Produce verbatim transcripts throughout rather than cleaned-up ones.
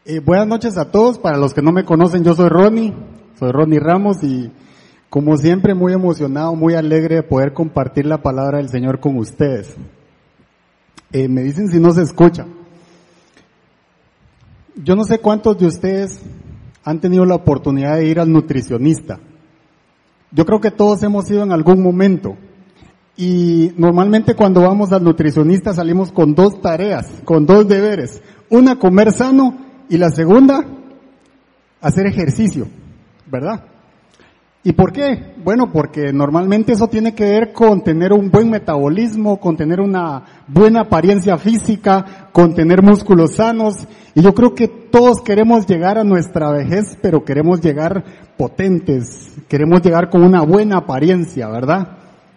Eh, buenas noches a todos. Para los que no me conocen, yo soy Ronnie, soy Ronnie Ramos y como siempre muy emocionado, muy alegre de poder compartir la palabra del Señor con ustedes. Eh, me dicen si no se escucha. Yo no sé cuántos de ustedes han tenido la oportunidad de ir al nutricionista. Yo creo que todos hemos ido en algún momento. Y normalmente cuando vamos al nutricionista salimos con dos tareas, con dos deberes. Una, comer sano, y la segunda, hacer ejercicio, ¿verdad? ¿Y por qué? Bueno, porque normalmente eso tiene que ver con tener un buen metabolismo, con tener una buena apariencia física, con tener músculos sanos. Y yo creo que todos queremos llegar a nuestra vejez, pero queremos llegar potentes, queremos llegar con una buena apariencia, ¿verdad?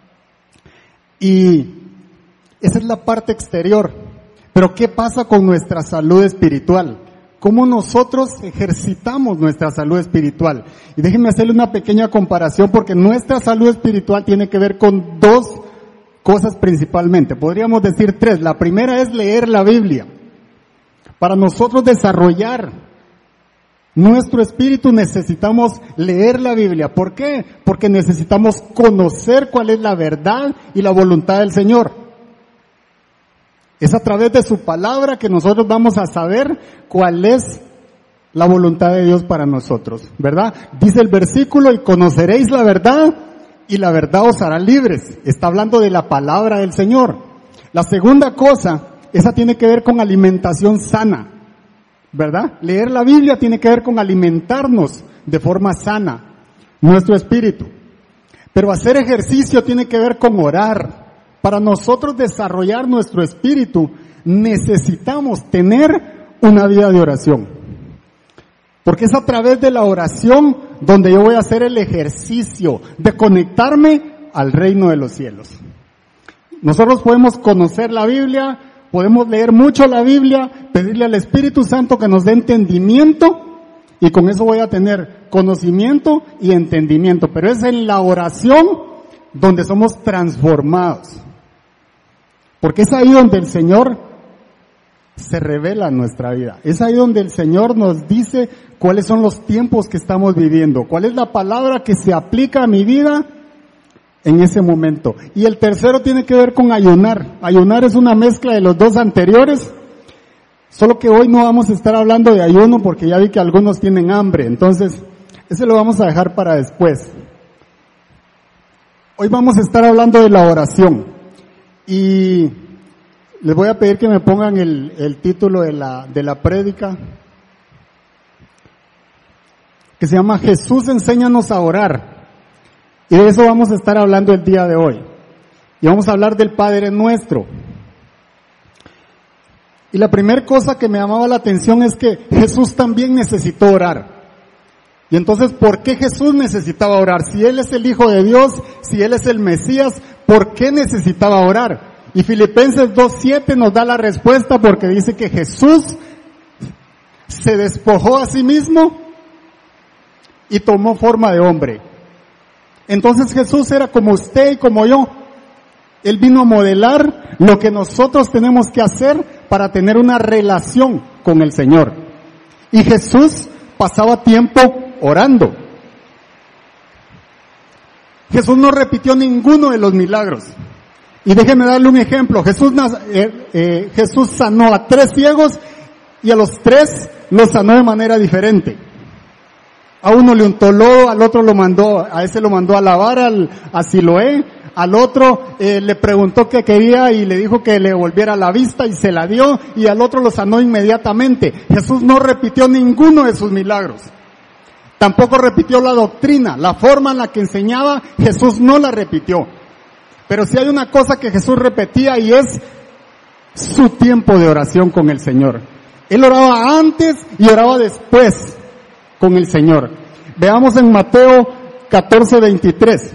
Y esa es la parte exterior. Pero ¿qué pasa con nuestra salud espiritual? ¿Cómo nosotros ejercitamos nuestra salud espiritual? Y déjenme hacerle una pequeña comparación porque nuestra salud espiritual tiene que ver con dos cosas principalmente. Podríamos decir tres. La primera es leer la Biblia. Para nosotros desarrollar nuestro espíritu necesitamos leer la Biblia. ¿Por qué? Porque necesitamos conocer cuál es la verdad y la voluntad del Señor. Es a través de su palabra que nosotros vamos a saber cuál es la voluntad de Dios para nosotros, ¿verdad? Dice el versículo, y conoceréis la verdad, y la verdad os hará libres. Está hablando de la palabra del Señor. La segunda cosa, esa tiene que ver con alimentación sana, ¿verdad? Leer la Biblia tiene que ver con alimentarnos de forma sana, nuestro espíritu. Pero hacer ejercicio tiene que ver con orar. Para nosotros desarrollar nuestro espíritu, necesitamos tener una vida de oración. Porque es a través de la oración donde yo voy a hacer el ejercicio de conectarme al reino de los cielos. Nosotros podemos conocer la Biblia, podemos leer mucho la Biblia, pedirle al Espíritu Santo que nos dé entendimiento, y con eso voy a tener conocimiento y entendimiento. Pero es en la oración donde somos transformados. Porque es ahí donde el Señor se revela en nuestra vida. Es ahí donde el Señor nos dice cuáles son los tiempos que estamos viviendo, cuál es la palabra que se aplica a mi vida en ese momento. Y el tercero tiene que ver con ayunar. Ayunar es una mezcla de los dos anteriores, solo que hoy no vamos a estar hablando de ayuno porque ya vi que algunos tienen hambre, entonces ese lo vamos a dejar para después. Hoy vamos a estar hablando de la oración. Y les voy a pedir que me pongan el, el título de la, de la prédica, que se llama Jesús, enséñanos a orar. Y de eso vamos a estar hablando el día de hoy. Y vamos a hablar del Padre Nuestro. Y la primera cosa que me llamaba la atención es que Jesús también necesitó orar. Y entonces, ¿por qué Jesús necesitaba orar? Si Él es el Hijo de Dios, si Él es el Mesías, ¿por qué necesitaba orar? Y Filipenses dos siete nos da la respuesta porque dice que Jesús se despojó a sí mismo y tomó forma de hombre. Entonces Jesús era como usted y como yo. Él vino a modelar lo que nosotros tenemos que hacer para tener una relación con el Señor. Y Jesús pasaba tiempo orando. Jesús no repitió ninguno de los milagros. Y déjeme darle un ejemplo. Jesús, eh, eh, Jesús sanó a tres ciegos y a los tres los sanó de manera diferente. A uno le untó lodo, al otro lo mandó, a ese lo mandó a lavar al, a Siloé, al otro eh, le preguntó qué quería y le dijo que le volviera la vista y se la dio, y al otro lo sanó inmediatamente. Jesús no repitió ninguno de sus milagros. Tampoco repitió la doctrina, la forma en la que enseñaba, Jesús no la repitió. Pero sí hay una cosa que Jesús repetía y es su tiempo de oración con el Señor. Él oraba antes y oraba después con el Señor. Veamos en Mateo catorce veintitrés.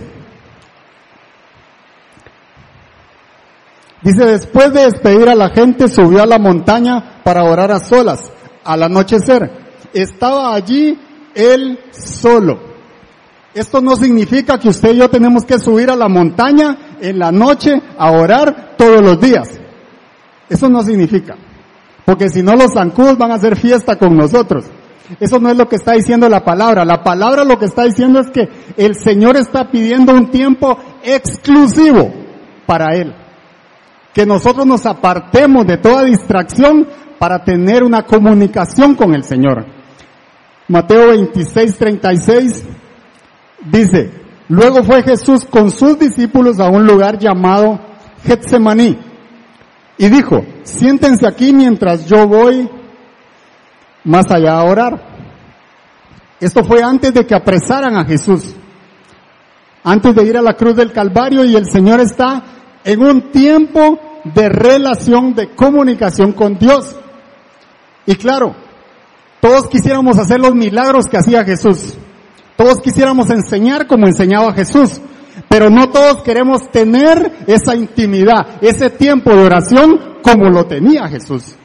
Dice, después de despedir a la gente, subió a la montaña para orar a solas. Al anochecer, estaba allí él solo. Esto no significa que usted y yo tenemos que subir a la montaña en la noche a orar todos los días. Eso no significa. porque si no los zancudos van a hacer fiesta con nosotros. Eso no es lo que está diciendo la palabra. La palabra lo que está diciendo es que el Señor está pidiendo un tiempo exclusivo para Él. Que nosotros nos apartemos de toda distracción para tener una comunicación con el Señor. Mateo veintiséis, treinta y seis dice: luego fue Jesús con sus discípulos a un lugar llamado Getsemaní y dijo: siéntense aquí mientras yo voy más allá a orar. Esto fue antes de que apresaran a Jesús, antes de ir a la cruz del Calvario, y el Señor está en un tiempo de relación, de comunicación con Dios. Y claro, todos quisiéramos hacer los milagros que hacía Jesús, todos quisiéramos enseñar como enseñaba Jesús, pero no todos queremos tener esa intimidad, ese tiempo de oración como lo tenía Jesús.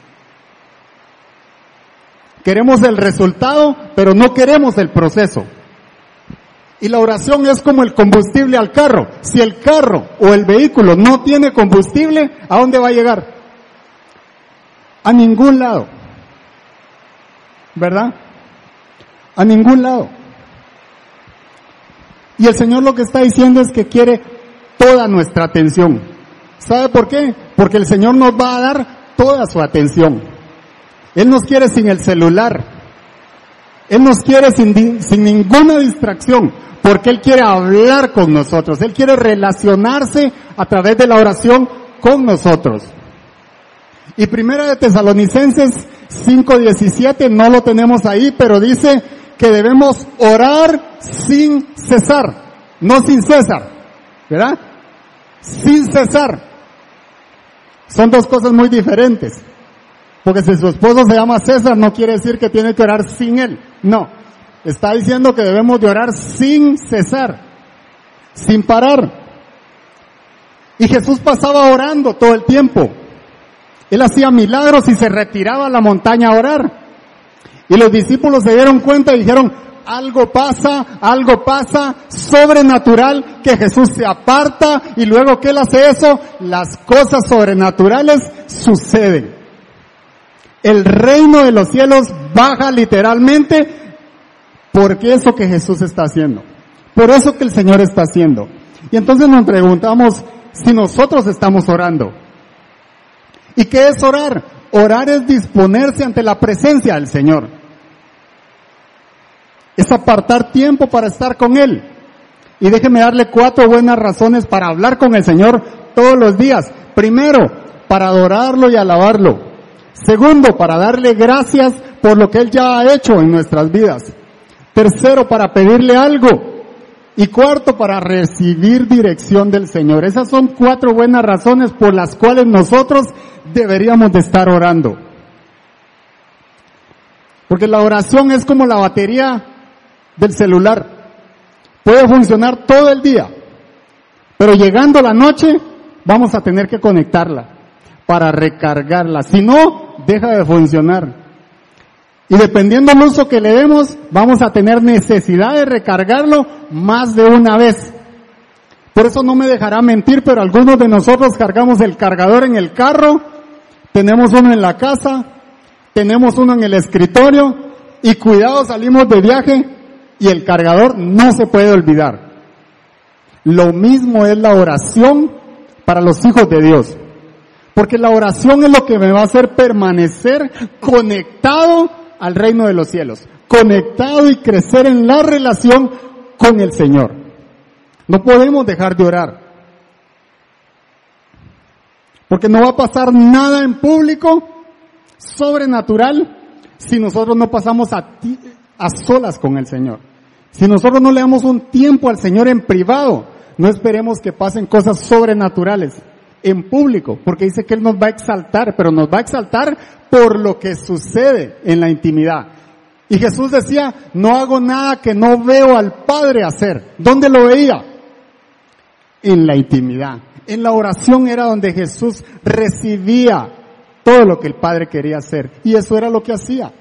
Queremos el resultado, pero no queremos el proceso. Y la oración es como el combustible al carro. Si el carro o el vehículo no tiene combustible, ¿a dónde va a llegar? A ningún lado. ¿Verdad? A ningún lado. Y el Señor lo que está diciendo es que quiere toda nuestra atención. ¿Sabe por qué? Porque el Señor nos va a dar toda su atención. Él nos quiere sin el celular. Él nos quiere sin, sin ninguna distracción, porque Él quiere hablar con nosotros. Él quiere relacionarse a través de la oración con nosotros. Y Primera de Tesalonicenses cinco diecisiete, no lo tenemos ahí, pero dice que debemos orar sin cesar, no sin César, ¿verdad? Sin cesar. Son dos cosas muy diferentes. Porque si su esposo se llama César, no quiere decir que tiene que orar sin él. No. Está diciendo que debemos de orar sin cesar, sin parar. Y Jesús pasaba orando todo el tiempo. Él hacía milagros y se retiraba a la montaña a orar. Y los discípulos se dieron cuenta y dijeron: algo pasa, algo pasa sobrenatural, que Jesús se aparta, y luego que Él hace eso, las cosas sobrenaturales suceden. El reino de los cielos baja literalmente porque eso que Jesús está haciendo, por eso que el Señor está haciendo. Y entonces nos preguntamos si nosotros estamos orando. ¿Y qué es orar? Orar es disponerse ante la presencia del Señor. Es apartar tiempo para estar con Él. Y déjeme darle cuatro buenas razones para hablar con el Señor todos los días. Primero, para adorarlo y alabarlo. Segundo, para darle gracias por lo que Él ya ha hecho en nuestras vidas. Tercero, para pedirle algo. Y cuarto, para recibir dirección del Señor. Esas son cuatro buenas razones por las cuales nosotros deberíamos de estar orando. Porque la oración es como la batería del celular. Puede funcionar todo el día, pero llegando la noche vamos a tener que conectarla para recargarla. Si no, deja de funcionar. Y dependiendo del uso que le demos, vamos a tener necesidad de recargarlo más de una vez. Por eso no me dejará mentir, pero algunos de nosotros cargamos el cargador en el carro, tenemos uno en la casa, tenemos uno en el escritorio, y cuidado, salimos de viaje y el cargador no se puede olvidar. Lo mismo es la oración para los hijos de Dios. Porque la oración es lo que me va a hacer permanecer conectado al reino de los cielos, conectado y crecer en la relación con el Señor. No podemos dejar de orar, porque no va a pasar nada en público sobrenatural si nosotros no pasamos a, ti, a solas con el Señor. Si nosotros no le damos un tiempo al Señor en privado, no esperemos que pasen cosas sobrenaturales en público, porque dice que Él nos va a exaltar, pero nos va a exaltar por lo que sucede en la intimidad. Y Jesús decía: no hago nada que no veo al Padre hacer. ¿Dónde lo veía? En la intimidad. En la oración era donde Jesús recibía todo lo que el Padre quería hacer, y eso era lo que hacía.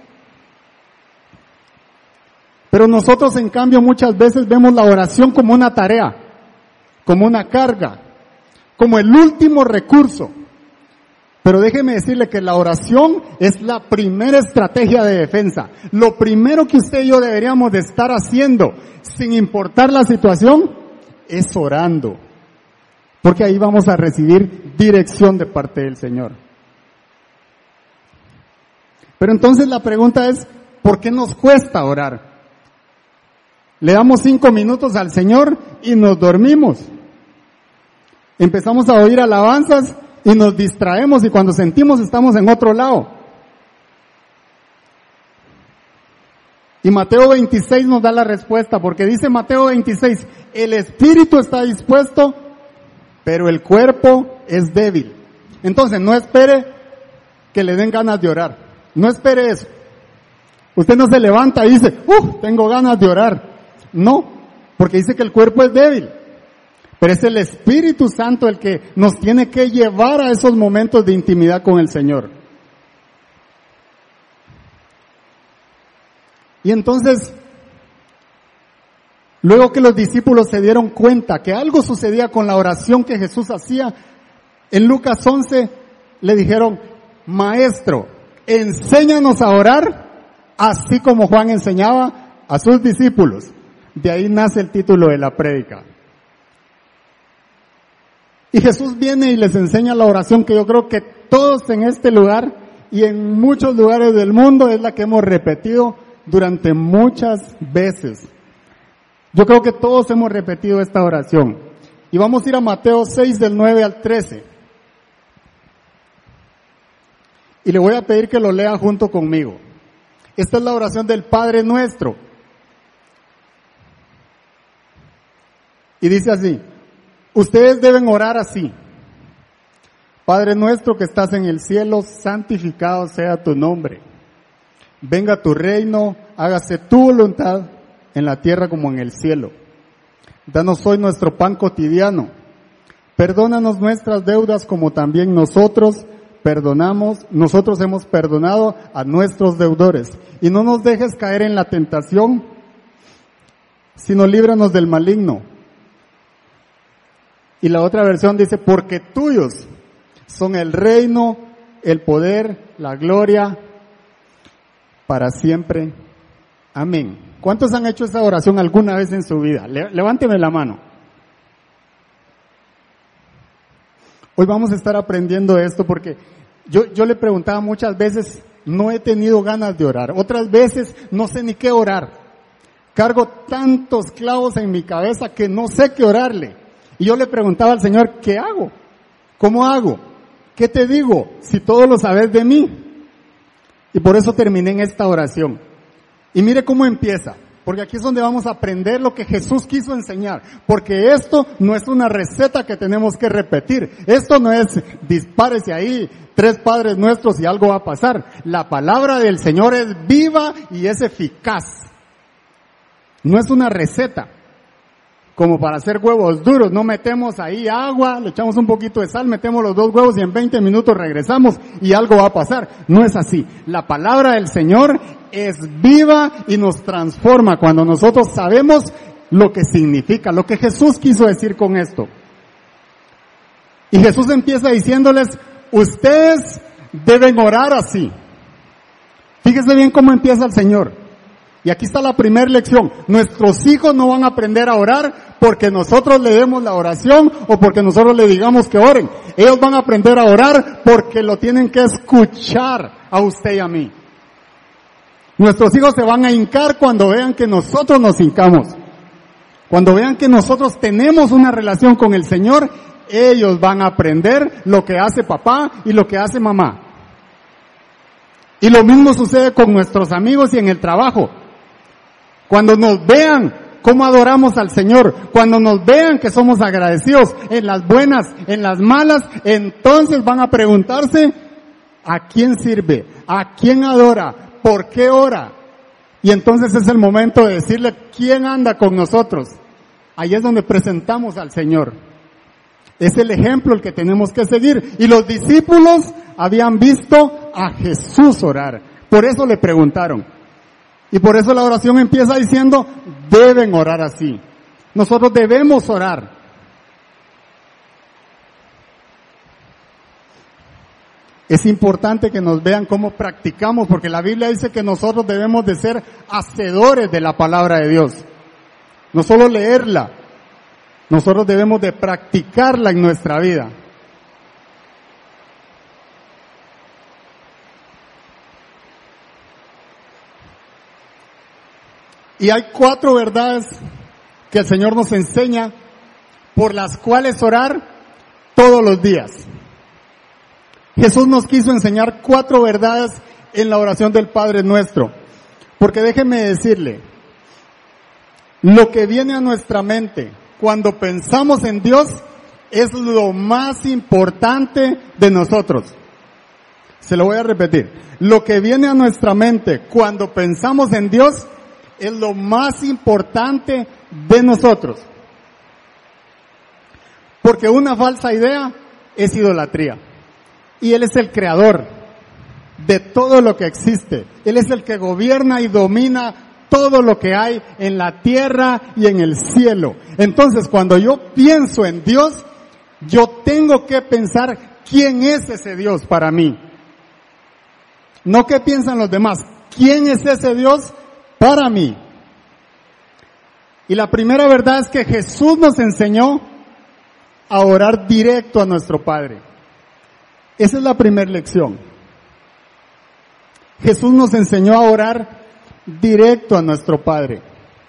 Pero nosotros, en cambio, muchas veces vemos la oración como una tarea, como una carga, como el último recurso. Pero déjeme decirle que la oración es la primera estrategia de defensa. Lo primero que usted y yo deberíamos de estar haciendo, sin importar la situación, es orando. Porque ahí vamos a recibir dirección de parte del Señor. Pero entonces la pregunta es, ¿por qué nos cuesta orar? Le damos cinco minutos al Señor y nos dormimos. Empezamos a oír alabanzas y nos distraemos, y cuando sentimos estamos en otro lado. Y Mateo veintiséis nos da la respuesta, porque dice Mateo veintiséis, el espíritu está dispuesto, pero el cuerpo es débil. Entonces no espere que le den ganas de orar. No espere eso. Usted no se levanta y dice, ¡uh! Tengo ganas de orar. No, porque dice que el cuerpo es débil. Pero es el Espíritu Santo el que nos tiene que llevar a esos momentos de intimidad con el Señor. Y entonces, luego que los discípulos se dieron cuenta que algo sucedía con la oración que Jesús hacía, en Lucas once le dijeron, Maestro, enséñanos a orar, así como Juan enseñaba a sus discípulos. De ahí nace el título de la prédica. Y Jesús viene y les enseña la oración que yo creo que todos en este lugar y en muchos lugares del mundo es la que hemos repetido durante muchas veces. Yo creo que todos hemos repetido esta oración. Y vamos a ir a Mateo seis del nueve al trece. Y le voy a pedir que lo lea junto conmigo. Esta es la oración del Padre Nuestro. Y dice así, ustedes deben orar así. Padre nuestro que estás en el cielo, santificado sea tu nombre. Venga tu reino, hágase tu voluntad en la tierra como en el cielo. Danos hoy nuestro pan cotidiano. Perdónanos nuestras deudas como también nosotros perdonamos, nosotros hemos perdonado a nuestros deudores. Y no nos dejes caer en la tentación, sino líbranos del maligno. Y la otra versión dice, porque tuyos son el reino, el poder, la gloria, para siempre. Amén. ¿Cuántos han hecho esa oración alguna vez en su vida? Le- levánteme la mano. Hoy vamos a estar aprendiendo esto porque yo, yo le preguntaba muchas veces, no he tenido ganas de orar. Otras veces no sé ni qué orar. Cargo tantos clavos en mi cabeza que no sé qué orarle. Y yo le preguntaba al Señor, ¿qué hago? ¿Cómo hago? ¿Qué te digo? Si todo lo sabes de mí. Y por eso terminé en esta oración. Y mire cómo empieza. Porque aquí es donde vamos a aprender lo que Jesús quiso enseñar. Porque esto no es una receta que tenemos que repetir. Esto no es dispárese ahí, tres padres nuestros y algo va a pasar. La palabra del Señor es viva y es eficaz. No es una receta. Como para hacer huevos duros, no metemos ahí agua, le echamos un poquito de sal, metemos los dos huevos y en veinte minutos regresamos y algo va a pasar. No es así. La palabra del Señor es viva y nos transforma cuando nosotros sabemos lo que significa, lo que Jesús quiso decir con esto. Y Jesús empieza diciéndoles, ustedes deben orar así. Fíjese bien cómo empieza el Señor. Y aquí está la primera lección. Nuestros hijos no van a aprender a orar porque nosotros le demos la oración o porque nosotros le digamos que oren. Ellos van a aprender a orar porque lo tienen que escuchar a usted y a mí. Nuestros hijos se van a hincar cuando vean que nosotros nos hincamos. Cuando vean que nosotros tenemos una relación con el Señor, ellos van a aprender lo que hace papá y lo que hace mamá. Y lo mismo sucede con nuestros amigos y en el trabajo. Cuando nos vean cómo adoramos al Señor, cuando nos vean que somos agradecidos en las buenas, en las malas, entonces van a preguntarse, ¿a quién sirve? ¿A quién adora? ¿Por qué ora? Y entonces es el momento de decirle, ¿quién anda con nosotros? Ahí es donde presentamos al Señor. Es el ejemplo el que tenemos que seguir. Y los discípulos habían visto a Jesús orar. Por eso le preguntaron. Y por eso la oración empieza diciendo, deben orar así. Nosotros debemos orar. Es importante que nos vean cómo practicamos, porque la Biblia dice que nosotros debemos de ser hacedores de la palabra de Dios. No solo leerla, nosotros debemos de practicarla en nuestra vida. Y hay cuatro verdades que el Señor nos enseña por las cuales orar todos los días. Jesús nos quiso enseñar cuatro verdades en la oración del Padre Nuestro. Porque déjeme decirle, lo que viene a nuestra mente cuando pensamos en Dios es lo más importante de nosotros. Se lo voy a repetir. Lo que viene a nuestra mente cuando pensamos en Dios es lo más importante de nosotros. Porque una falsa idea es idolatría. Y Él es el creador de todo lo que existe. Él es el que gobierna y domina todo lo que hay en la tierra y en el cielo. Entonces, cuando yo pienso en Dios, yo tengo que pensar quién es ese Dios para mí. No qué piensan los demás. ¿Quién es ese Dios para mí? Y la primera verdad es que Jesús nos enseñó a orar directo a nuestro Padre. Esa es la primera lección. Jesús nos enseñó a orar directo a nuestro Padre.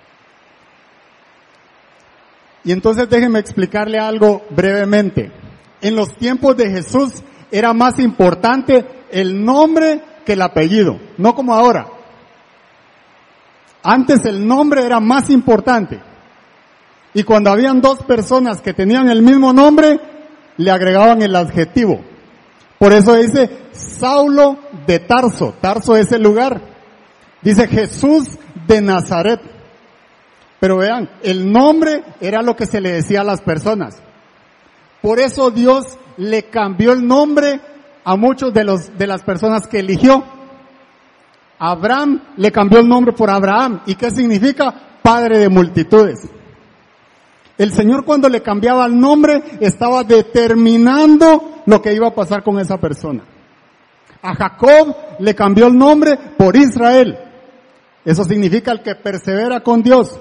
Y entonces déjenme explicarle algo brevemente. En los tiempos de Jesús era más importante el nombre que el apellido, no como ahora. Antes el nombre era más importante. Y cuando habían dos personas que tenían el mismo nombre, le agregaban el adjetivo. Por eso dice Saulo de Tarso. Tarso es el lugar. Dice Jesús de Nazaret. Pero vean, el nombre era lo que se le decía a las personas. Por eso Dios le cambió el nombre a muchos de los de las personas que eligió. Abraham le cambió el nombre por Abraham. ¿Y qué significa? Padre de multitudes. El Señor, cuando le cambiaba el nombre, estaba determinando lo que iba a pasar con esa persona. A Jacob le cambió el nombre por Israel. Eso significa el que persevera con Dios.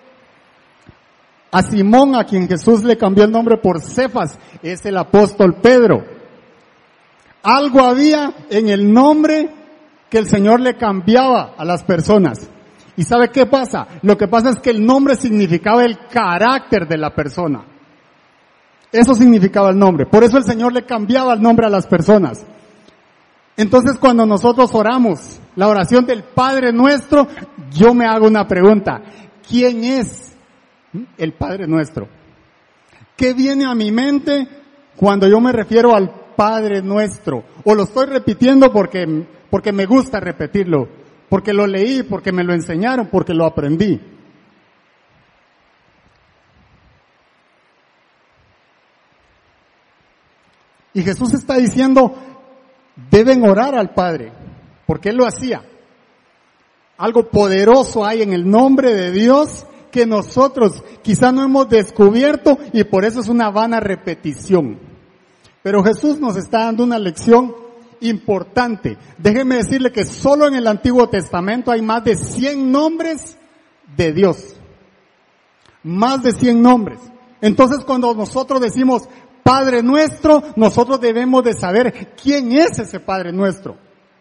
A Simón, a quien Jesús le cambió el nombre por Cefas, es el apóstol Pedro. Algo había en el nombre que el Señor le cambiaba a las personas. ¿Y sabe qué pasa? Lo que pasa es que el nombre significaba el carácter de la persona. Eso significaba el nombre. Por eso el Señor le cambiaba el nombre a las personas. Entonces, cuando nosotros oramos la oración del Padre Nuestro, yo me hago una pregunta. ¿Quién es el Padre Nuestro? ¿Qué viene a mi mente cuando yo me refiero al Padre Nuestro? O lo estoy repitiendo porque, porque me gusta repetirlo. Porque lo leí, porque me lo enseñaron, porque lo aprendí. Y Jesús está diciendo, deben orar al Padre, porque Él lo hacía. Algo poderoso hay en el nombre de Dios que nosotros quizá no hemos descubierto y por eso es una vana repetición. Pero Jesús nos está dando una lección importante. Déjeme decirle que solo en el Antiguo Testamento hay más de cien nombres de Dios. Más de cien nombres. Entonces, cuando nosotros decimos Padre Nuestro, nosotros debemos de saber quién es ese Padre Nuestro.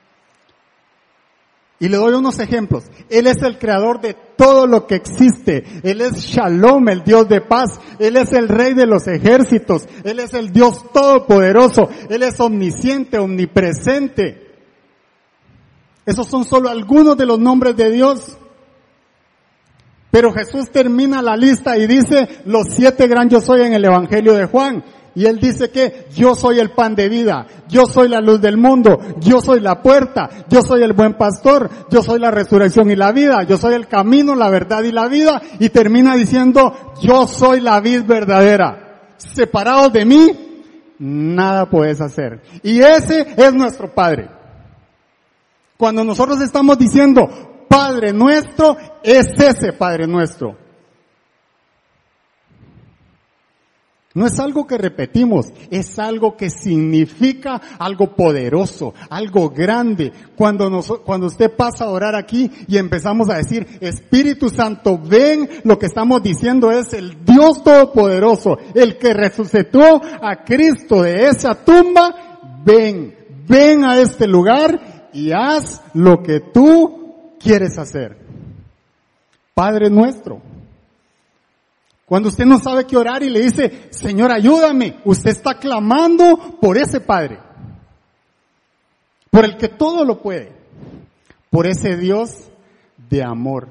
Y le doy unos ejemplos. Él es el creador de todo lo que existe. Él es Shalom, el Dios de paz. Él es el Rey de los ejércitos. Él es el Dios todopoderoso. Él es omnisciente, omnipresente. Esos son solo algunos de los nombres de Dios. Pero Jesús termina la lista y dice los siete gran yo soy en el Evangelio de Juan. Y Él dice que yo soy el pan de vida, yo soy la luz del mundo, yo soy la puerta, yo soy el buen pastor, yo soy la resurrección y la vida, yo soy el camino, la verdad y la vida. Y termina diciendo, yo soy la vid verdadera. Separados de mí, nada puedes hacer. Y ese es nuestro Padre. Cuando nosotros estamos diciendo, Padre nuestro, es ese Padre nuestro. No es algo que repetimos, es algo que significa algo poderoso, algo grande. Cuando nos, cuando usted pasa a orar aquí y empezamos a decir, Espíritu Santo, ven, lo que estamos diciendo es el Dios Todopoderoso, el que resucitó a Cristo de esa tumba, ven, ven a este lugar y haz lo que tú quieres hacer. Padre nuestro. Cuando usted no sabe qué orar y le dice, Señor, ayúdame, usted está clamando por ese Padre, por el que todo lo puede, por ese Dios de amor.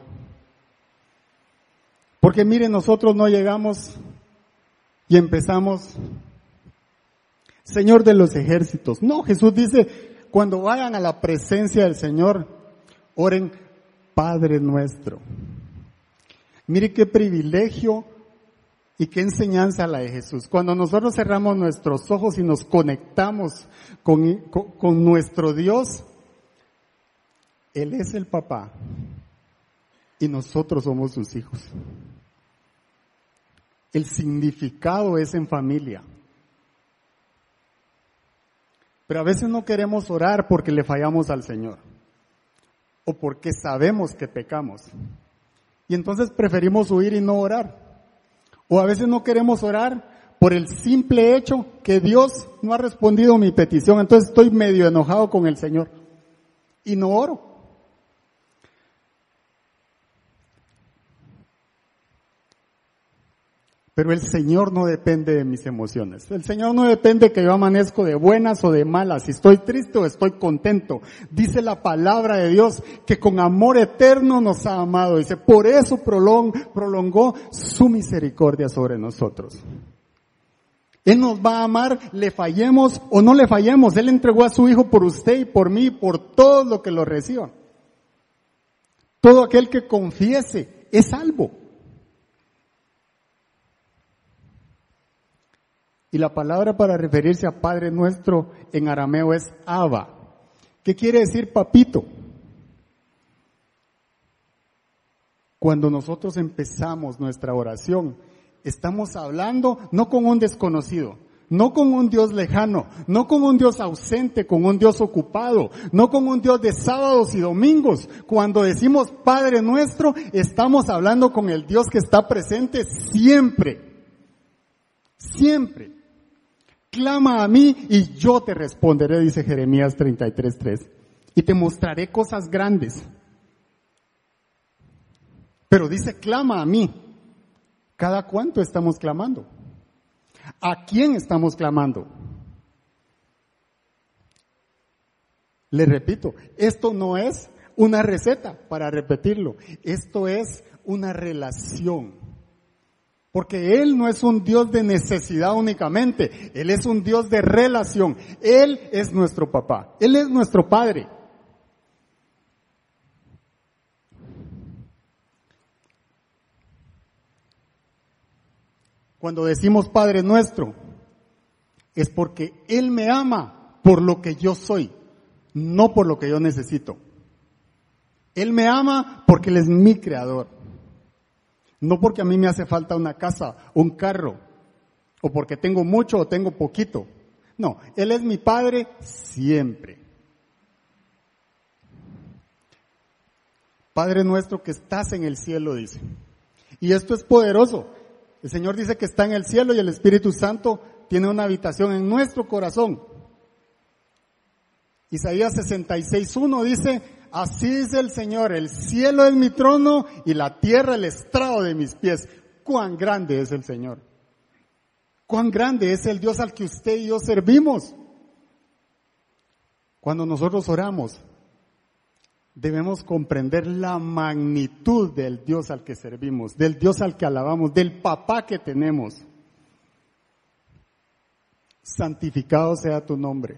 Porque mire, nosotros no llegamos y empezamos, Señor de los ejércitos. No, Jesús dice, cuando vayan a la presencia del Señor, oren, Padre nuestro. Mire qué privilegio y qué enseñanza la de Jesús. Cuando nosotros cerramos nuestros ojos y nos conectamos con, con, con nuestro Dios, Él es el papá y nosotros somos sus hijos. El significado es en familia. Pero a veces no queremos orar porque le fallamos al Señor o porque sabemos que pecamos. Y entonces preferimos huir y no orar. O a veces no queremos orar por el simple hecho que Dios no ha respondido mi petición. Entonces estoy medio enojado con el Señor y no oro. Pero el Señor no depende de mis emociones. El Señor no depende que yo amanezco de buenas o de malas, si estoy triste o estoy contento. Dice la palabra de Dios que con amor eterno nos ha amado. Dice, por eso prolong, prolongó su misericordia sobre nosotros. Él nos va a amar, le fallemos o no le fallemos. Él entregó a su Hijo por usted y por mí, por todo lo que lo reciba. Todo aquel que confiese es salvo. Y la palabra para referirse a Padre Nuestro en arameo es Abba. ¿Qué quiere decir papito? Cuando nosotros empezamos nuestra oración, estamos hablando no con un desconocido, no con un Dios lejano, no con un Dios ausente, con un Dios ocupado, no con un Dios de sábados y domingos. Cuando decimos Padre Nuestro, estamos hablando con el Dios que está presente siempre. Siempre. Clama a mí y yo te responderé, dice Jeremías treinta y tres, tres. Y te mostraré cosas grandes. Pero dice, clama a mí. ¿Cada cuánto estamos clamando? ¿A quién estamos clamando? Le repito, esto no es una receta para repetirlo. Esto es una relación. Porque Él no es un Dios de necesidad únicamente, Él es un Dios de relación. Él es nuestro papá, Él es nuestro Padre. Cuando decimos Padre Nuestro, es porque Él me ama por lo que yo soy, no por lo que yo necesito. Él me ama porque Él es mi creador. No porque a mí me hace falta una casa, un carro, o porque tengo mucho o tengo poquito. No, Él es mi Padre siempre. Padre nuestro que estás en el cielo, dice. Y esto es poderoso. El Señor dice que está en el cielo y el Espíritu Santo tiene una habitación en nuestro corazón. Isaías sesenta y seis, uno dice, así dice el Señor, el cielo es mi trono y la tierra el estrado de mis pies. Cuán grande es el Señor. Cuán grande es el Dios al que usted y yo servimos. Cuando nosotros oramos, debemos comprender la magnitud del Dios al que servimos, del Dios al que alabamos, del papá que tenemos. Santificado sea tu nombre.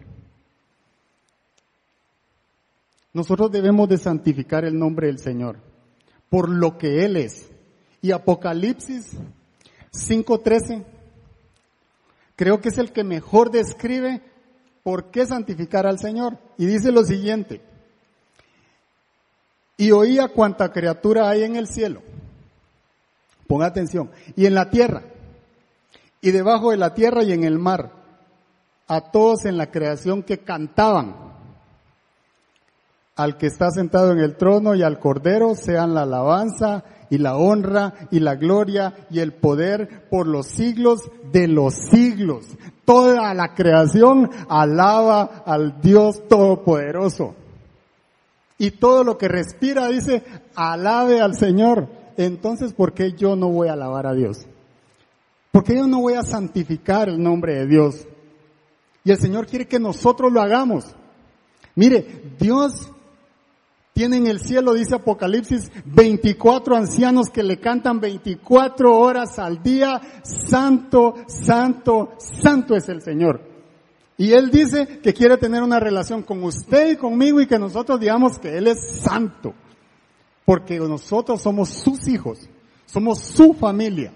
Nosotros debemos de santificar el nombre del Señor por lo que Él es. Y Apocalipsis cinco trece creo que es el que mejor describe por qué santificar al Señor. Y dice lo siguiente: y oía cuanta criatura hay en el cielo, ponga atención, y en la tierra, y debajo de la tierra y en el mar, a todos en la creación que cantaban. Al que está sentado en el trono y al Cordero sean la alabanza y la honra y la gloria y el poder por los siglos de los siglos. Toda la creación alaba al Dios Todopoderoso. Y todo lo que respira dice, alabe al Señor. Entonces, ¿por qué yo no voy a alabar a Dios? ¿Por qué yo no voy a santificar el nombre de Dios? Y el Señor quiere que nosotros lo hagamos. Mire, Dios tiene en el cielo, dice Apocalipsis, veinticuatro ancianos que le cantan veinticuatro horas al día, santo, santo, santo es el Señor. Y Él dice que quiere tener una relación con usted y conmigo y que nosotros digamos que Él es santo. Porque nosotros somos sus hijos, somos su familia.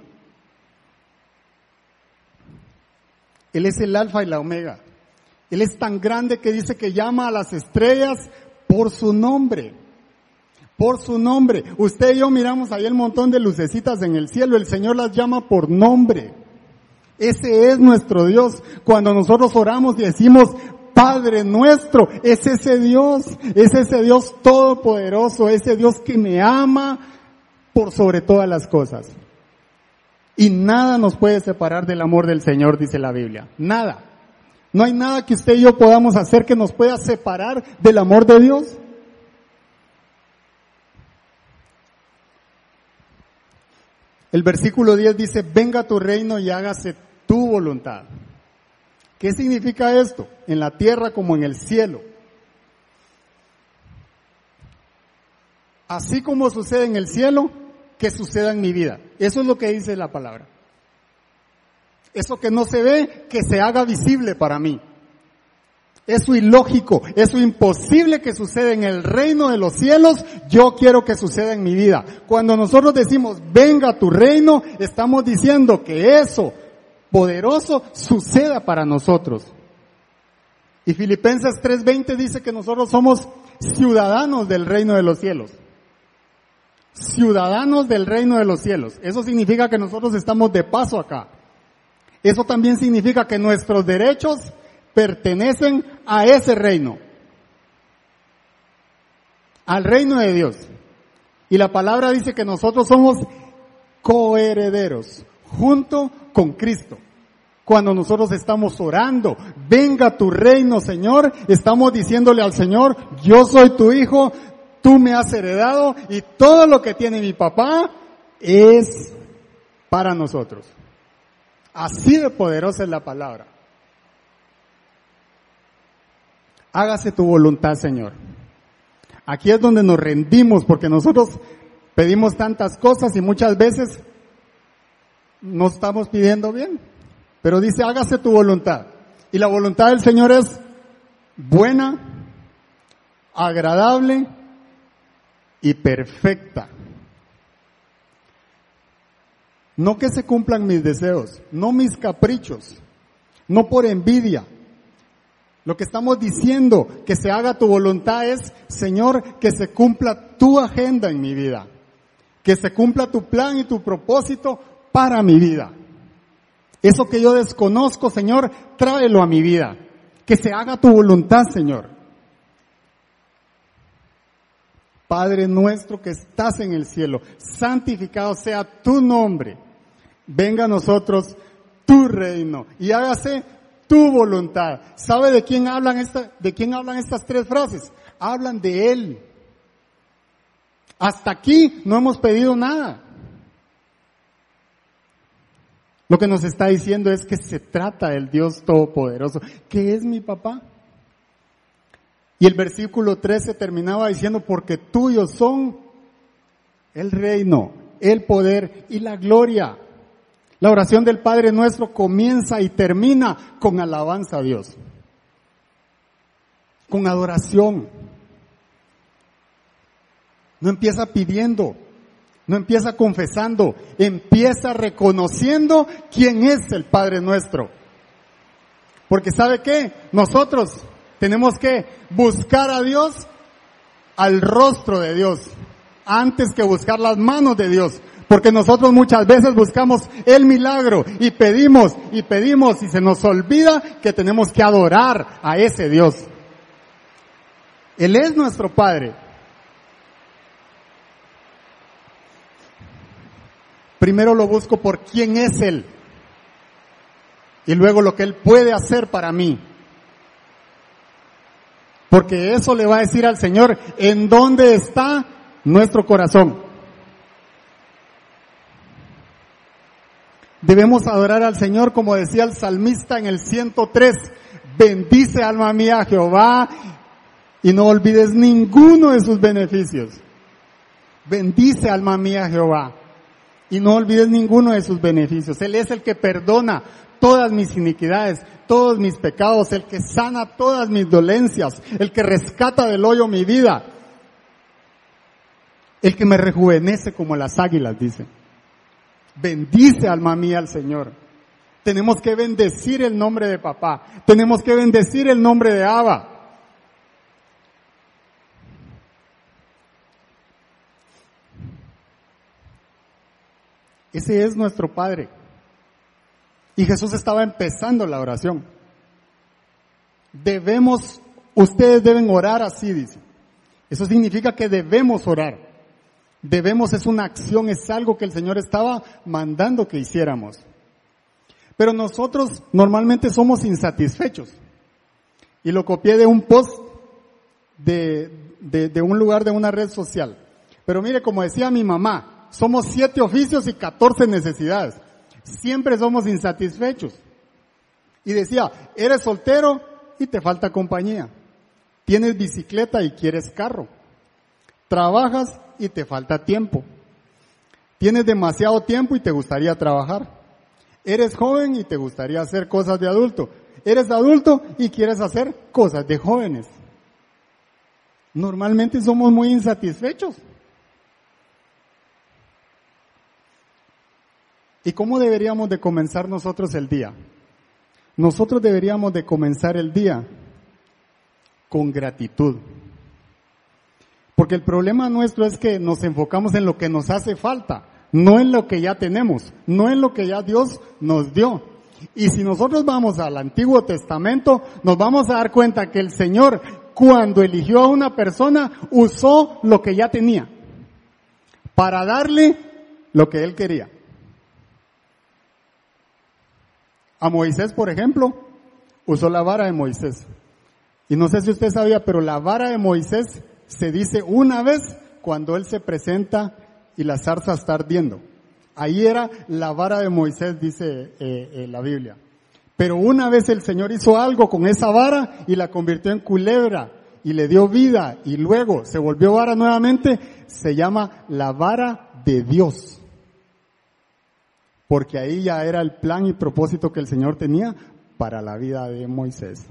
Él es el alfa y la omega. Él es tan grande que dice que llama a las estrellas por su nombre. Por su nombre. Usted y yo miramos ahí el montón de lucecitas en el cielo. El Señor las llama por nombre. Ese es nuestro Dios. Cuando nosotros oramos y decimos, Padre nuestro, es ese Dios. Es ese Dios todopoderoso. Ese Dios que me ama por sobre todas las cosas. Y nada nos puede separar del amor del Señor, dice la Biblia. Nada. No hay nada que usted y yo podamos hacer que nos pueda separar del amor de Dios. El versículo diez dice, venga tu reino y hágase tu voluntad. ¿Qué significa esto? En la tierra como en el cielo. Así como sucede en el cielo, que suceda en mi vida. Eso es lo que dice la palabra. Eso que no se ve, que se haga visible para mí. Eso ilógico, eso imposible que suceda en el reino de los cielos, yo quiero que suceda en mi vida. Cuando nosotros decimos, venga tu reino, estamos diciendo que eso poderoso suceda para nosotros. Y Filipenses tres veinte dice que nosotros somos ciudadanos del reino de los cielos. Ciudadanos del reino de los cielos. Eso significa que nosotros estamos de paso acá. Eso también significa que nuestros derechos pertenecen a ese reino. Al reino de Dios. Y la palabra dice que nosotros somos coherederos junto con Cristo. Cuando nosotros estamos orando, venga tu reino, Señor, estamos diciéndole al Señor, yo soy tu hijo, tú me has heredado y todo lo que tiene mi papá es para nosotros. Así de poderosa es la palabra. Hágase tu voluntad, Señor. Aquí es donde nos rendimos porque nosotros pedimos tantas cosas y muchas veces no estamos pidiendo bien. Pero dice, hágase tu voluntad. Y la voluntad del Señor es buena, agradable y perfecta. No que se cumplan mis deseos, no mis caprichos, no por envidia. Lo que estamos diciendo, que se haga tu voluntad es, Señor, que se cumpla tu agenda en mi vida. Que se cumpla tu plan y tu propósito para mi vida. Eso que yo desconozco, Señor, tráelo a mi vida. Que se haga tu voluntad, Señor. Padre nuestro que estás en el cielo, santificado sea tu nombre. Venga a nosotros tu reino y hágase tu voluntad. ¿Sabe de quién hablan esta, de quién hablan estas tres frases? Hablan de Él. Hasta aquí no hemos pedido nada. Lo que nos está diciendo es que se trata del Dios Todopoderoso, que es mi papá. Y el versículo trece terminaba diciendo, porque tuyos son el reino, el poder y la gloria. La oración del Padre Nuestro comienza y termina con alabanza a Dios, con adoración. No empieza pidiendo, no empieza confesando, empieza reconociendo quién es el Padre Nuestro. Porque ¿sabe qué? Nosotros tenemos que buscar a Dios, al rostro de Dios, antes que buscar las manos de Dios. Porque nosotros muchas veces buscamos el milagro y pedimos y pedimos y se nos olvida que tenemos que adorar a ese Dios. Él es nuestro Padre. Primero lo busco por quién es Él y luego lo que Él puede hacer para mí. Porque eso le va a decir al Señor en dónde está nuestro corazón. Debemos adorar al Señor como decía el salmista en el ciento tres. Bendice alma mía a Jehová y no olvides ninguno de sus beneficios. Bendice alma mía a Jehová y no olvides ninguno de sus beneficios. Él es el que perdona todas mis iniquidades, todos mis pecados, el que sana todas mis dolencias, el que rescata del hoyo mi vida, el que me rejuvenece como las águilas, dice. Bendice alma mía al Señor. Tenemos que bendecir el nombre de papá. Tenemos que bendecir el nombre de Abba. Ese es nuestro Padre. Y Jesús estaba empezando la oración. Debemos, ustedes deben orar así, dice. Eso significa que debemos orar. Debemos es una acción, es algo que el Señor estaba mandando que hiciéramos. Pero nosotros normalmente somos insatisfechos. Y lo copié de un post de, de, de un lugar de una red social. Pero mire, como decía mi mamá, somos siete oficios y catorce necesidades. Siempre somos insatisfechos. Y decía, eres soltero y te falta compañía. Tienes bicicleta y quieres carro. Trabajas y te falta tiempo. Tienes demasiado tiempo y te gustaría trabajar. Eres joven y te gustaría hacer cosas de adulto. Eres adulto y quieres hacer cosas de jóvenes. Normalmente somos muy insatisfechos. ¿Y cómo deberíamos de comenzar nosotros el día? Nosotros deberíamos de comenzar el día con gratitud. Porque el problema nuestro es que nos enfocamos en lo que nos hace falta, no en lo que ya tenemos, no en lo que ya Dios nos dio. Y si nosotros vamos al Antiguo Testamento, nos vamos a dar cuenta que el Señor, cuando eligió a una persona, usó lo que ya tenía para darle lo que Él quería. A Moisés, por ejemplo, usó la vara de Moisés. Y no sé si usted sabía, pero la vara de Moisés se dice una vez cuando él se presenta y la zarza está ardiendo. Ahí era la vara de Moisés, dice eh, eh, la Biblia. Pero una vez el Señor hizo algo con esa vara y la convirtió en culebra y le dio vida y luego se volvió vara nuevamente, se llama la vara de Dios. Porque ahí ya era el plan y propósito que el Señor tenía para la vida de Moisés.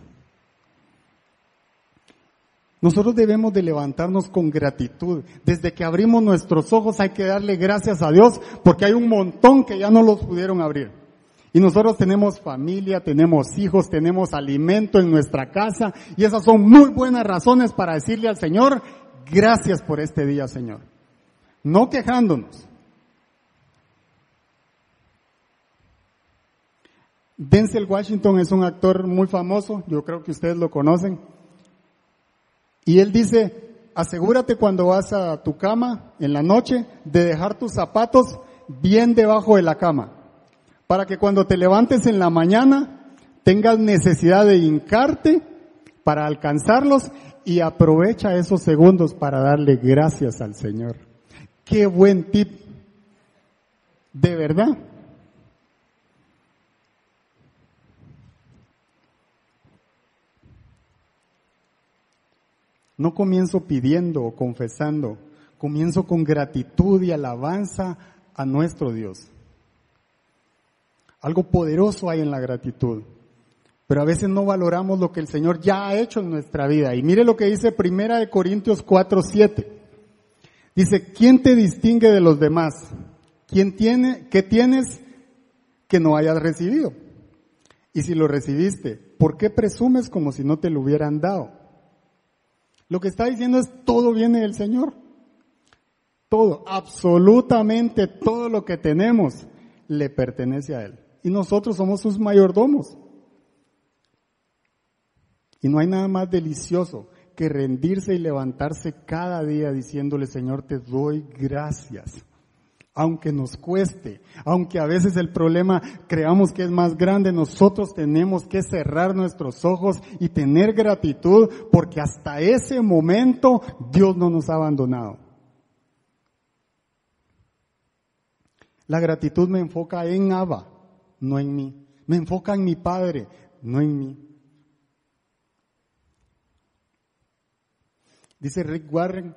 Nosotros debemos de levantarnos con gratitud. Desde que abrimos nuestros ojos hay que darle gracias a Dios porque hay un montón que ya no los pudieron abrir. Y nosotros tenemos familia, tenemos hijos, tenemos alimento en nuestra casa y esas son muy buenas razones para decirle al Señor, gracias por este día, Señor. No quejándonos. Denzel Washington es un actor muy famoso, yo creo que ustedes lo conocen. Y él dice, asegúrate cuando vas a tu cama en la noche de dejar tus zapatos bien debajo de la cama, para que cuando te levantes en la mañana tengas necesidad de hincarte para alcanzarlos y aprovecha esos segundos para darle gracias al Señor. Qué buen tip, de verdad. No comienzo pidiendo o confesando, comienzo con gratitud y alabanza a nuestro Dios. Algo poderoso hay en la gratitud, pero a veces no valoramos lo que el Señor ya ha hecho en nuestra vida. Y mire lo que dice Primera de Corintios cuatro, siete. Dice, ¿quién te distingue de los demás? ¿Quién tiene, qué tienes que no hayas recibido? Y si lo recibiste, ¿por qué presumes como si no te lo hubieran dado? Lo que está diciendo es, todo viene del Señor. Todo, absolutamente todo lo que tenemos le pertenece a Él. Y nosotros somos sus mayordomos. Y no hay nada más delicioso que rendirse y levantarse cada día diciéndole, Señor, te doy gracias. Aunque nos cueste, aunque a veces el problema creamos que es más grande, nosotros tenemos que cerrar nuestros ojos y tener gratitud, porque hasta ese momento Dios no nos ha abandonado. La gratitud me enfoca en Abba, no en mí. Me enfoca en mi Padre, no en mí. Dice Rick Warren,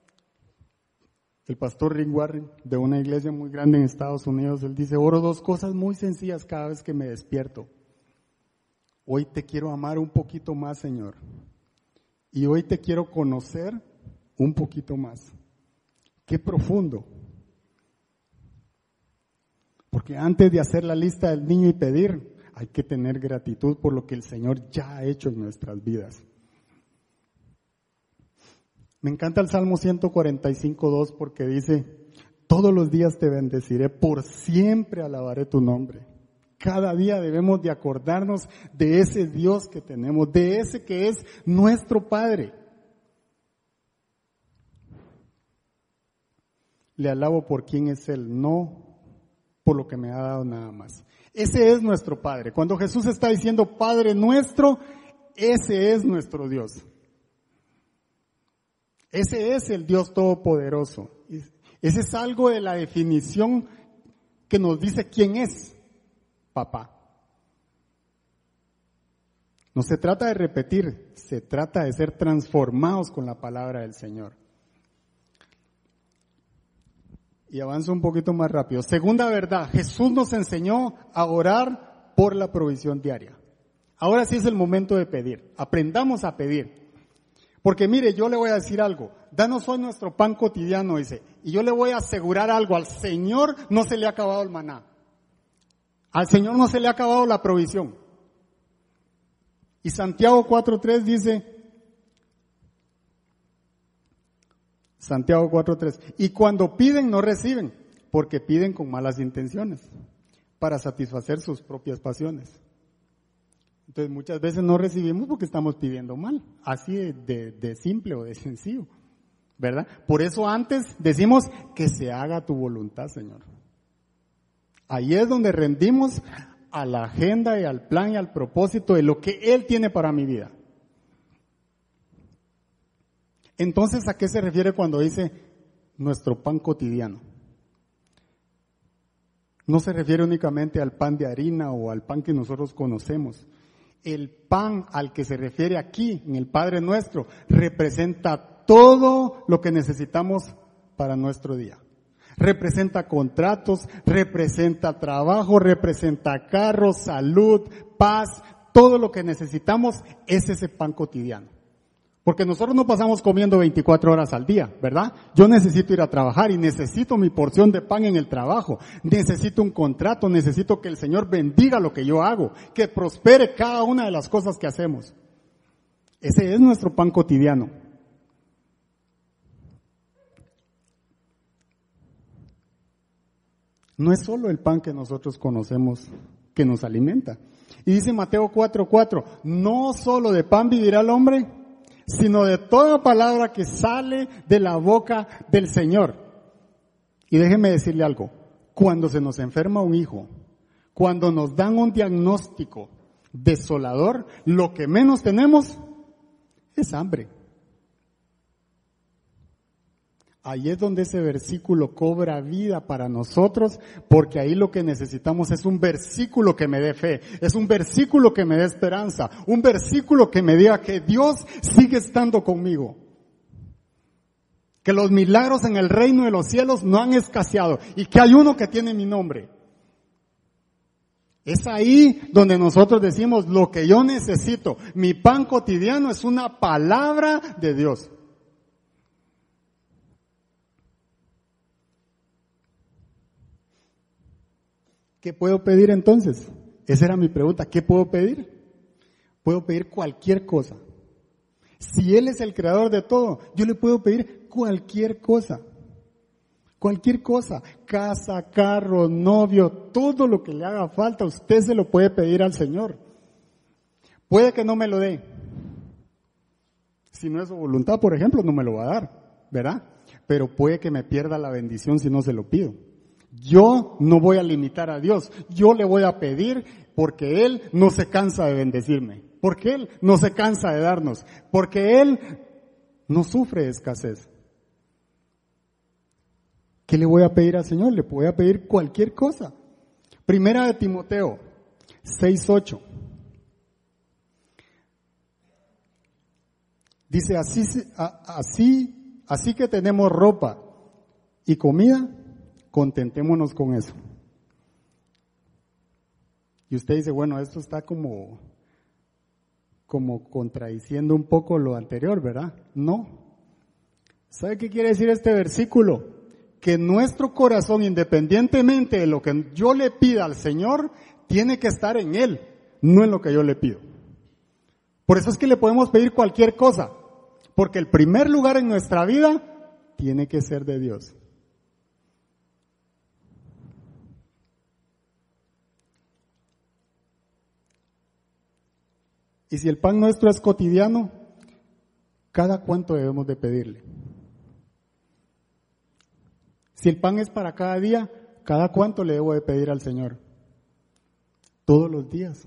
el pastor Rick Warren, de una iglesia muy grande en Estados Unidos, él dice, oro dos cosas muy sencillas cada vez que me despierto. Hoy te quiero amar un poquito más, Señor. Y hoy te quiero conocer un poquito más. Qué profundo. Porque antes de hacer la lista del niño y pedir, hay que tener gratitud por lo que el Señor ya ha hecho en nuestras vidas. Me encanta el Salmo ciento cuarenta y cinco, dos porque dice, todos los días te bendeciré, por siempre alabaré tu nombre. Cada día debemos de acordarnos de ese Dios que tenemos, de ese que es nuestro Padre. Le alabo por quién es Él, no por lo que me ha dado nada más. Ese es nuestro Padre. Cuando Jesús está diciendo Padre nuestro, ese es nuestro Dios. Ese es el Dios Todopoderoso. Ese es algo de la definición que nos dice quién es Papá. No se trata de repetir, se trata de ser transformados con la palabra del Señor. Y avanzo un poquito más rápido. Segunda verdad, Jesús nos enseñó a orar por la provisión diaria. Ahora sí es el momento de pedir. Aprendamos a pedir. Porque mire, yo le voy a decir algo. Danos hoy nuestro pan cotidiano, dice. Y yo le voy a asegurar algo. Al Señor no se le ha acabado el maná. Al Señor no se le ha acabado la provisión. Y Santiago cuatro tres dice, Santiago cuatro tres, y cuando piden no reciben, porque piden con malas intenciones, para satisfacer sus propias pasiones. Entonces muchas veces no recibimos porque estamos pidiendo mal, así de, de, de simple o de sencillo, ¿verdad? Por eso antes decimos que se haga tu voluntad, Señor. Ahí es donde rendimos a la agenda y al plan y al propósito de lo que Él tiene para mi vida. Entonces, ¿a qué se refiere cuando dice nuestro pan cotidiano? No se refiere únicamente al pan de harina o al pan que nosotros conocemos. El pan al que se refiere aquí, en el Padre Nuestro, representa todo lo que necesitamos para nuestro día. Representa contratos, representa trabajo, representa carros, salud, paz, todo lo que necesitamos es ese pan cotidiano. Porque nosotros no pasamos comiendo veinticuatro horas al día, ¿verdad? Yo necesito ir a trabajar y necesito mi porción de pan en el trabajo. Necesito un contrato, necesito que el Señor bendiga lo que yo hago, que prospere cada una de las cosas que hacemos. Ese es nuestro pan cotidiano. No es solo el pan que nosotros conocemos que nos alimenta. Y dice Mateo cuatro cuatro, no solo de pan vivirá el hombre, sino de toda palabra que sale de la boca del Señor. Y déjeme decirle algo, cuando se nos enferma un hijo, cuando nos dan un diagnóstico desolador, lo que menos tenemos es hambre. Ahí es donde ese versículo cobra vida para nosotros, porque ahí lo que necesitamos es un versículo que me dé fe, es un versículo que me dé esperanza, un versículo que me diga que Dios sigue estando conmigo, que los milagros en el reino de los cielos no han escaseado y que hay uno que tiene mi nombre. Es ahí donde nosotros decimos lo que yo necesito, mi pan cotidiano es una palabra de Dios. ¿Qué puedo pedir entonces? Esa era mi pregunta. ¿Qué puedo pedir? Puedo pedir cualquier cosa. Si Él es el creador de todo, yo le puedo pedir cualquier cosa. Cualquier cosa, casa, carro, novio, todo lo que le haga falta, usted se lo puede pedir al Señor. Puede que no me lo dé. Si no es su voluntad, por ejemplo, no me lo va a dar, ¿verdad? Pero puede que me pierda la bendición si no se lo pido. Yo no voy a limitar a Dios, yo le voy a pedir porque Él no se cansa de bendecirme, porque Él no se cansa de darnos, porque Él no sufre de escasez. ¿Qué le voy a pedir al Señor? Le voy a pedir cualquier cosa. Primera de Timoteo seis ocho. Dice, así, así, así que tenemos ropa y comida, contentémonos con eso. Y usted dice, bueno, esto está como, como contradiciendo un poco lo anterior, ¿verdad? No. ¿Sabe qué quiere decir este versículo? Que nuestro corazón, independientemente de lo que yo le pida al Señor, tiene que estar en Él, no en lo que yo le pido. Por eso es que le podemos pedir cualquier cosa, porque el primer lugar en nuestra vida tiene que ser de Dios. Y si el pan nuestro es cotidiano, ¿cada cuánto debemos de pedirle? Si el pan es para cada día, ¿cada cuánto le debo de pedir al Señor? Todos los días.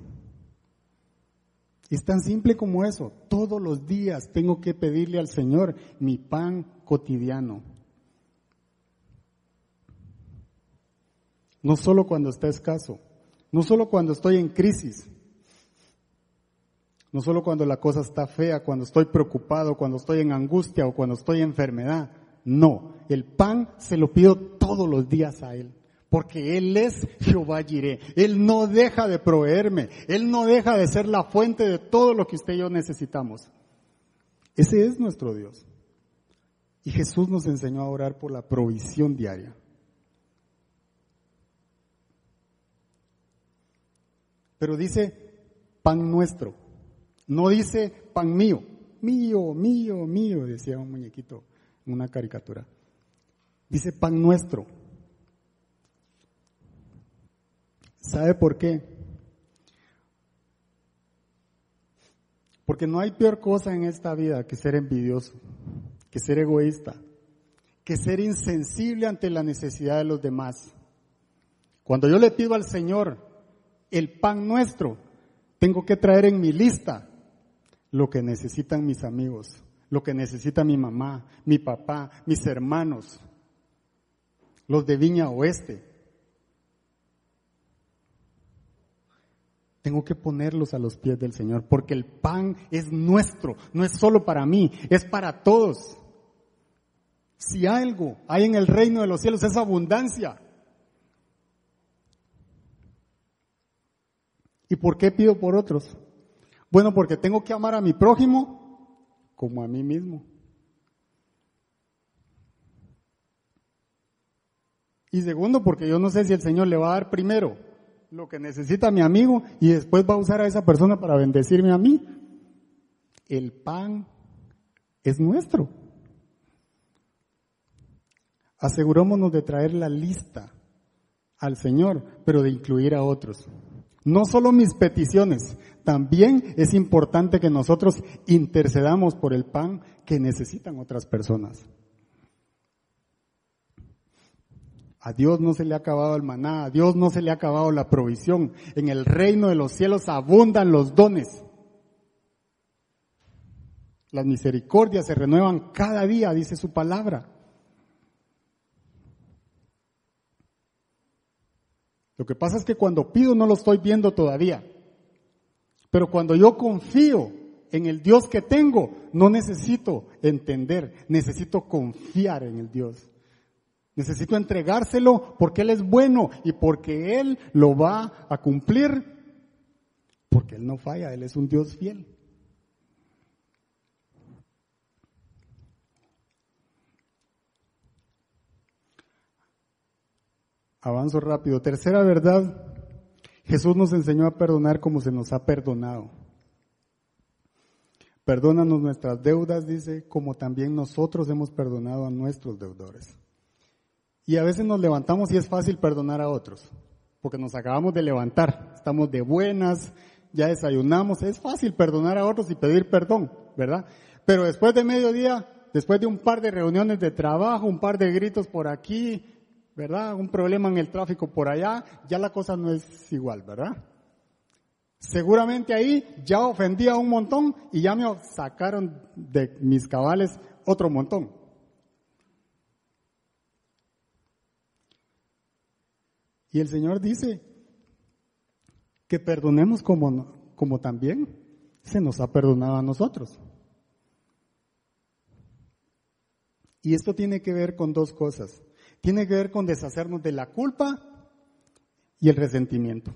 Es tan simple como eso. Todos los días tengo que pedirle al Señor mi pan cotidiano. No solo cuando está escaso, no solo cuando estoy en crisis, no solo cuando la cosa está fea, cuando estoy preocupado, cuando estoy en angustia o cuando estoy en enfermedad. No, el pan se lo pido todos los días a Él, porque Él es Jehová Jireh. Él no deja de proveerme, Él no deja de ser la fuente de todo lo que usted y yo necesitamos. Ese es nuestro Dios. Y Jesús nos enseñó a orar por la provisión diaria. Pero dice pan nuestro, no dice pan mío, mío, mío, mío, decía un muñequito en una caricatura. Dice pan nuestro. ¿Sabe por qué? Porque no hay peor cosa en esta vida que ser envidioso, que ser egoísta, que ser insensible ante la necesidad de los demás. Cuando yo le pido al Señor el pan nuestro, tengo que traer en mi lista lo que necesitan mis amigos, lo que necesita mi mamá, mi papá, mis hermanos, los de Viña Oeste. Tengo que ponerlos a los pies del Señor, porque el pan es nuestro, no es solo para mí, es para todos. Si algo hay en el reino de los cielos es abundancia. ¿Y por qué pido por otros? Bueno, porque tengo que amar a mi prójimo como a mí mismo. Y segundo, porque yo no sé si el Señor le va a dar primero lo que necesita mi amigo y después va a usar a esa persona para bendecirme a mí. El pan es nuestro. Asegurémonos de traer la lista al Señor, pero de incluir a otros. No solo mis peticiones, también es importante que nosotros intercedamos por el pan que necesitan otras personas. A Dios no se le ha acabado el maná, a Dios no se le ha acabado la provisión. En el reino de los cielos abundan los dones. Las misericordias se renuevan cada día, dice su palabra. Lo que pasa es que cuando pido no lo estoy viendo todavía. Pero cuando yo confío en el Dios que tengo, no necesito entender, necesito confiar en el Dios. Necesito entregárselo porque Él es bueno y porque Él lo va a cumplir, porque Él no falla, Él es un Dios fiel. Avanzo rápido. Tercera verdad, Jesús nos enseñó a perdonar como se nos ha perdonado. Perdónanos nuestras deudas, dice, como también nosotros hemos perdonado a nuestros deudores. Y a veces nos levantamos y es fácil perdonar a otros, porque nos acabamos de levantar, estamos de buenas, ya desayunamos, es fácil perdonar a otros y pedir perdón, ¿verdad? Pero después de mediodía, después de un par de reuniones de trabajo, un par de gritos por aquí, ¿verdad? Un problema en el tráfico por allá, ya la cosa no es igual, ¿verdad? Seguramente ahí ya ofendía un montón y ya me sacaron de mis cabales otro montón. Y el Señor dice que perdonemos como, como también se nos ha perdonado a nosotros. Y esto tiene que ver con dos cosas. Tiene que ver con deshacernos de la culpa y el resentimiento.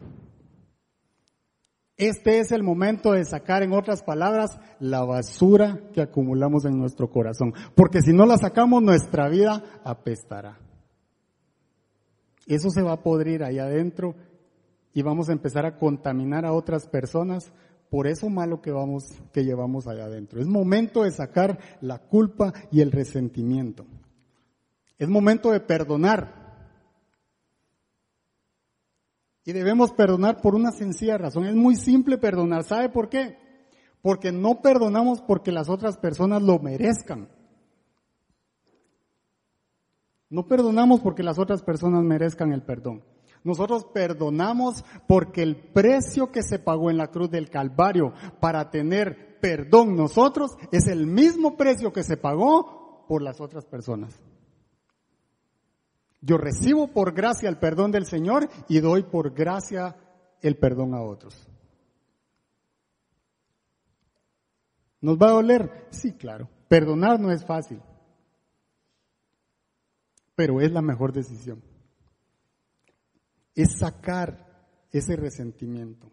Este es el momento de sacar, en otras palabras, la basura que acumulamos en nuestro corazón. Porque si no la sacamos, nuestra vida apestará. Eso se va a podrir ahí adentro y vamos a empezar a contaminar a otras personas por eso malo que vamos, que llevamos allá adentro. Es momento de sacar la culpa y el resentimiento. Es momento de perdonar. Y debemos perdonar por una sencilla razón. Es muy simple perdonar. ¿Sabe por qué? Porque no perdonamos porque las otras personas lo merezcan. No perdonamos porque las otras personas merezcan el perdón. Nosotros perdonamos porque el precio que se pagó en la cruz del Calvario para tener perdón nosotros es el mismo precio que se pagó por las otras personas. Yo recibo por gracia el perdón del Señor y doy por gracia el perdón a otros. ¿Nos va a doler? Sí, claro. Perdonar no es fácil, pero es la mejor decisión. Es sacar ese resentimiento.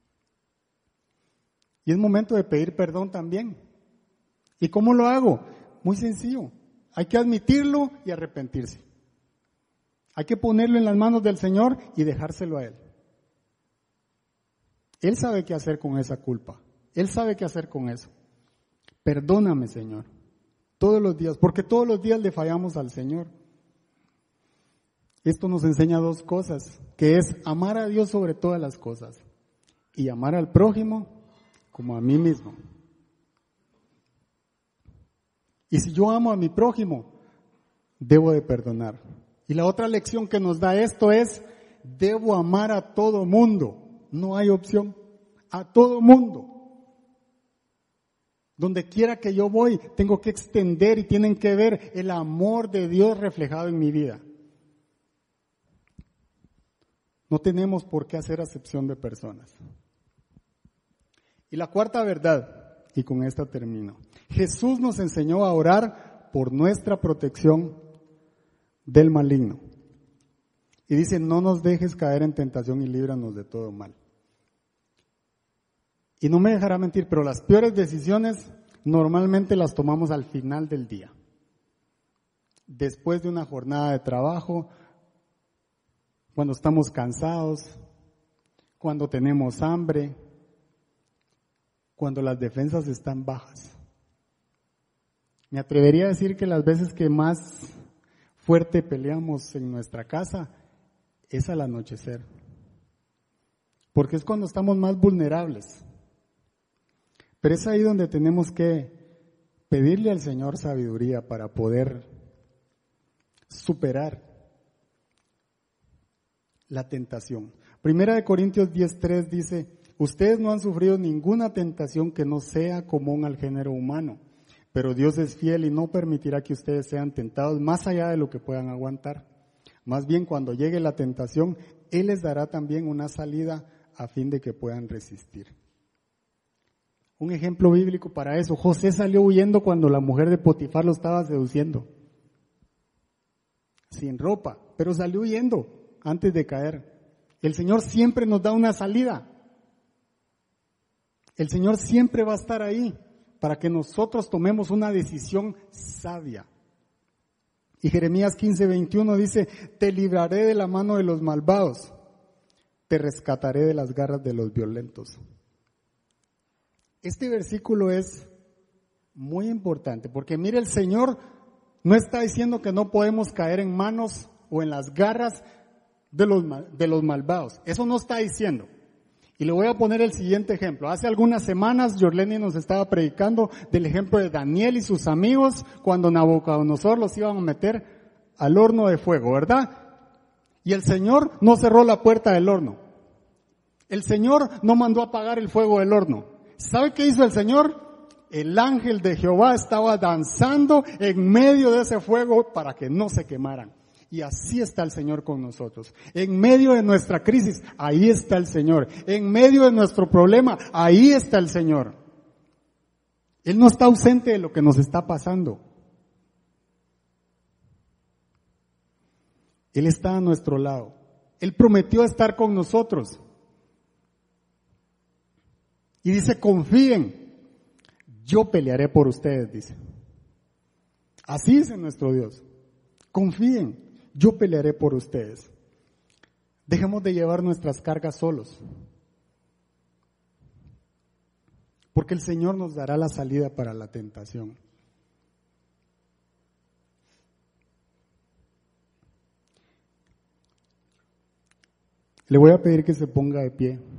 Y es momento de pedir perdón también. ¿Y cómo lo hago? Muy sencillo. Hay que admitirlo y arrepentirse. Hay que ponerlo en las manos del Señor y dejárselo a Él. Él sabe qué hacer con esa culpa. Él sabe qué hacer con eso. Perdóname, Señor, todos los días, porque todos los días le fallamos al Señor. Esto nos enseña dos cosas, que es amar a Dios sobre todas las cosas y amar al prójimo como a mí mismo. Y si yo amo a mi prójimo, debo de perdonar. Y la otra lección que nos da esto es, debo amar a todo mundo. No hay opción. A todo mundo. Donde quiera que yo voy, tengo que extender y tienen que ver el amor de Dios reflejado en mi vida. No tenemos por qué hacer acepción de personas. Y la cuarta verdad, y con esta termino. Jesús nos enseñó a orar por nuestra protección del maligno. Y dice, no nos dejes caer en tentación y líbranos de todo mal. Y no me dejará mentir, pero las peores decisiones normalmente las tomamos al final del día. Después de una jornada de trabajo, cuando estamos cansados, cuando tenemos hambre, cuando las defensas están bajas. Me atrevería a decir que las veces que más fuerte peleamos en nuestra casa es al anochecer, porque es cuando estamos más vulnerables. Pero es ahí donde tenemos que pedirle al Señor sabiduría para poder superar la tentación. Primera de Corintios diez tres dice, ustedes no han sufrido ninguna tentación que no sea común al género humano, pero Dios es fiel y no permitirá que ustedes sean tentados más allá de lo que puedan aguantar. Más bien, cuando llegue la tentación, Él les dará también una salida a fin de que puedan resistir. Un ejemplo bíblico para eso, José salió huyendo cuando la mujer de Potifar lo estaba seduciendo. Sin ropa, pero salió huyendo antes de caer. El Señor siempre nos da una salida. El Señor siempre va a estar ahí para que nosotros tomemos una decisión sabia. Y Jeremías quince veintiuno dice, te libraré de la mano de los malvados, te rescataré de las garras de los violentos. Este versículo es muy importante porque mire, el Señor no está diciendo que no podemos caer en manos o en las garras de los, de los malvados. Eso no está diciendo. Y le voy a poner el siguiente ejemplo. Hace algunas semanas Jorleni nos estaba predicando del ejemplo de Daniel y sus amigos cuando Nabucodonosor los iban a meter al horno de fuego, ¿verdad? Y el Señor no cerró la puerta del horno. El Señor no mandó a apagar el fuego del horno. ¿Sabe qué hizo el Señor? El ángel de Jehová estaba danzando en medio de ese fuego para que no se quemaran. Y así está el Señor con nosotros. En medio de nuestra crisis, ahí está el Señor. En medio de nuestro problema, ahí está el Señor. Él no está ausente de lo que nos está pasando. Él está a nuestro lado. Él prometió estar con nosotros. Y dice, confíen, yo pelearé por ustedes, dice. Así dice nuestro Dios. Confíen, yo pelearé por ustedes. Dejemos de llevar nuestras cargas solos. Porque el Señor nos dará la salida para la tentación. Le voy a pedir que se ponga de pie.